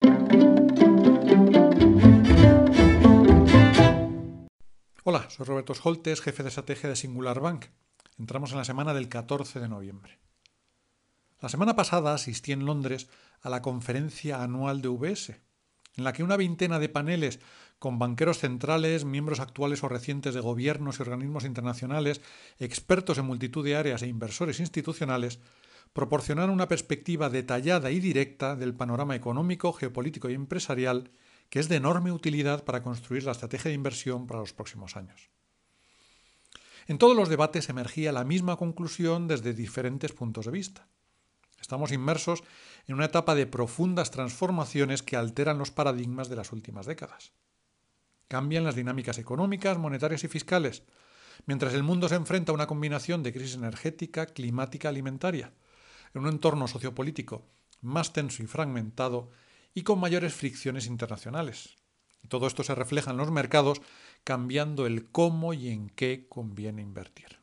Hola, soy Roberto Scholtes, jefe de estrategia de Singular Bank. Entramos en la semana del 14 de noviembre. La semana pasada asistí en Londres a la conferencia anual de UBS, en la que una veintena de paneles con banqueros centrales, miembros actuales o recientes de gobiernos y organismos internacionales, expertos en multitud de áreas e inversores institucionales proporcionaron una perspectiva detallada y directa del panorama económico, geopolítico y empresarial que es de enorme utilidad para construir la estrategia de inversión para los próximos años. En todos los debates emergía la misma conclusión desde diferentes puntos de vista. Estamos inmersos en una etapa de profundas transformaciones que alteran los paradigmas de las últimas décadas. Cambian las dinámicas económicas, monetarias y fiscales, mientras el mundo se enfrenta a una combinación de crisis energética, climática, alimentaria, en un entorno sociopolítico más tenso y fragmentado y con mayores fricciones internacionales. Y todo esto se refleja en los mercados, cambiando el cómo y en qué conviene invertir.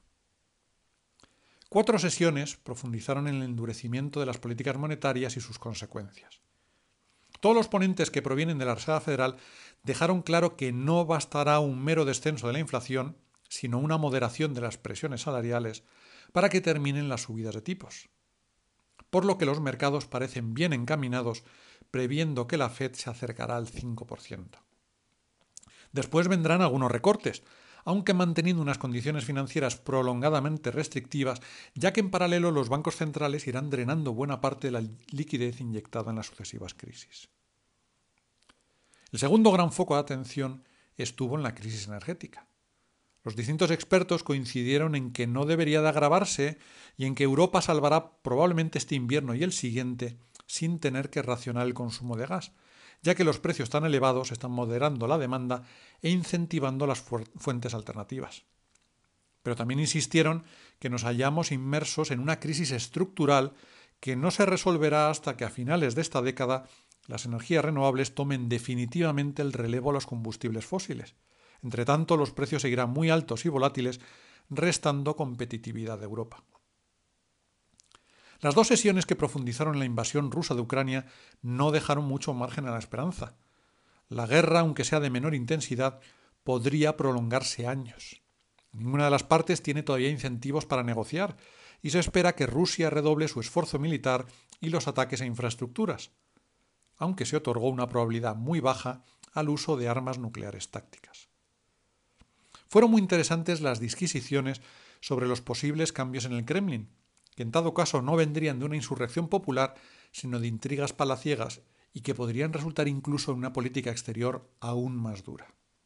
4 sesiones profundizaron en el endurecimiento de las políticas monetarias y sus consecuencias. Todos los ponentes que provienen de la Reserva Federal dejaron claro que no bastará un mero descenso de la inflación, sino una moderación de las presiones salariales para que terminen las subidas de tipos. Por lo que los mercados parecen bien encaminados, previendo que la Fed se acercará al 5%. Después vendrán algunos recortes, aunque manteniendo unas condiciones financieras prolongadamente restrictivas, ya que en paralelo los bancos centrales irán drenando buena parte de la liquidez inyectada en las sucesivas crisis. El segundo gran foco de atención estuvo en la crisis energética. Los distintos expertos coincidieron en que no debería de agravarse y en que Europa salvará probablemente este invierno y el siguiente sin tener que racionar el consumo de gas, ya que los precios tan elevados están moderando la demanda e incentivando las fuentes alternativas. Pero también insistieron que nos hallamos inmersos en una crisis estructural que no se resolverá hasta que a finales de esta década las energías renovables tomen definitivamente el relevo a los combustibles fósiles. Entre tanto, los precios seguirán muy altos y volátiles, restando competitividad de Europa. Las 2 sesiones que profundizaron en la invasión rusa de Ucrania no dejaron mucho margen a la esperanza. La guerra, aunque sea de menor intensidad, podría prolongarse años. Ninguna de las partes tiene todavía incentivos para negociar y se espera que Rusia redoble su esfuerzo militar y los ataques a infraestructuras, aunque se otorgó una probabilidad muy baja al uso de armas nucleares tácticas. Fueron muy interesantes las disquisiciones sobre los posibles cambios en el Kremlin, que en todo caso no vendrían de una insurrección popular, sino de intrigas palaciegas y que podrían resultar incluso en una política exterior aún más dura.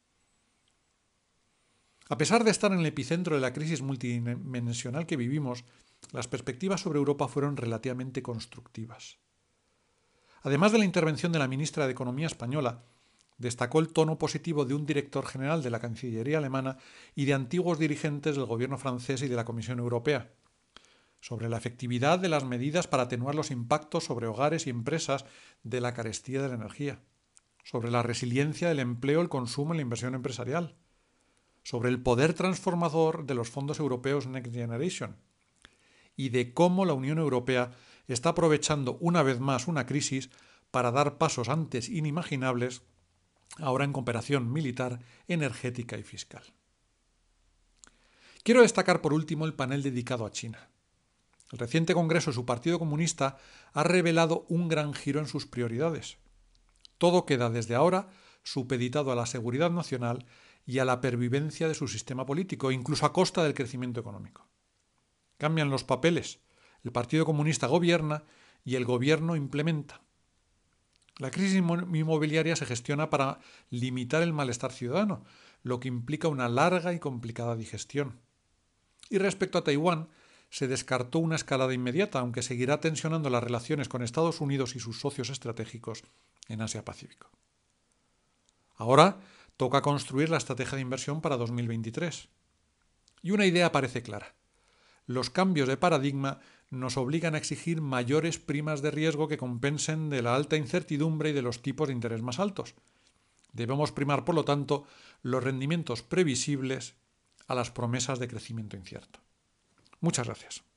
A pesar de estar en el epicentro de la crisis multidimensional que vivimos, las perspectivas sobre Europa fueron relativamente constructivas. Además de la intervención de la ministra de Economía española, destacó el tono positivo de un director general de la Cancillería alemana y de antiguos dirigentes del gobierno francés y de la Comisión Europea, sobre la efectividad de las medidas para atenuar los impactos sobre hogares y empresas de la carestía de la energía, sobre la resiliencia del empleo, el consumo y la inversión empresarial, sobre el poder transformador de los fondos europeos Next Generation y de cómo la Unión Europea está aprovechando una vez más una crisis para dar pasos antes inimaginables ahora en cooperación militar, energética y fiscal. Quiero destacar por último el panel dedicado a China. El reciente congreso de su Partido Comunista ha revelado un gran giro en sus prioridades. Todo queda desde ahora supeditado a la seguridad nacional y a la pervivencia de su sistema político, incluso a costa del crecimiento económico. Cambian los papeles. El Partido Comunista gobierna y el gobierno implementa. La crisis inmobiliaria se gestiona para limitar el malestar ciudadano, lo que implica una larga y complicada digestión. Y respecto a Taiwán, se descartó una escalada inmediata, aunque seguirá tensionando las relaciones con Estados Unidos y sus socios estratégicos en Asia-Pacífico. Ahora toca construir la estrategia de inversión para 2023. Y una idea parece clara. Los cambios de paradigma nos obligan a exigir mayores primas de riesgo que compensen de la alta incertidumbre y de los tipos de interés más altos. Debemos primar, por lo tanto, los rendimientos previsibles a las promesas de crecimiento incierto. Muchas gracias.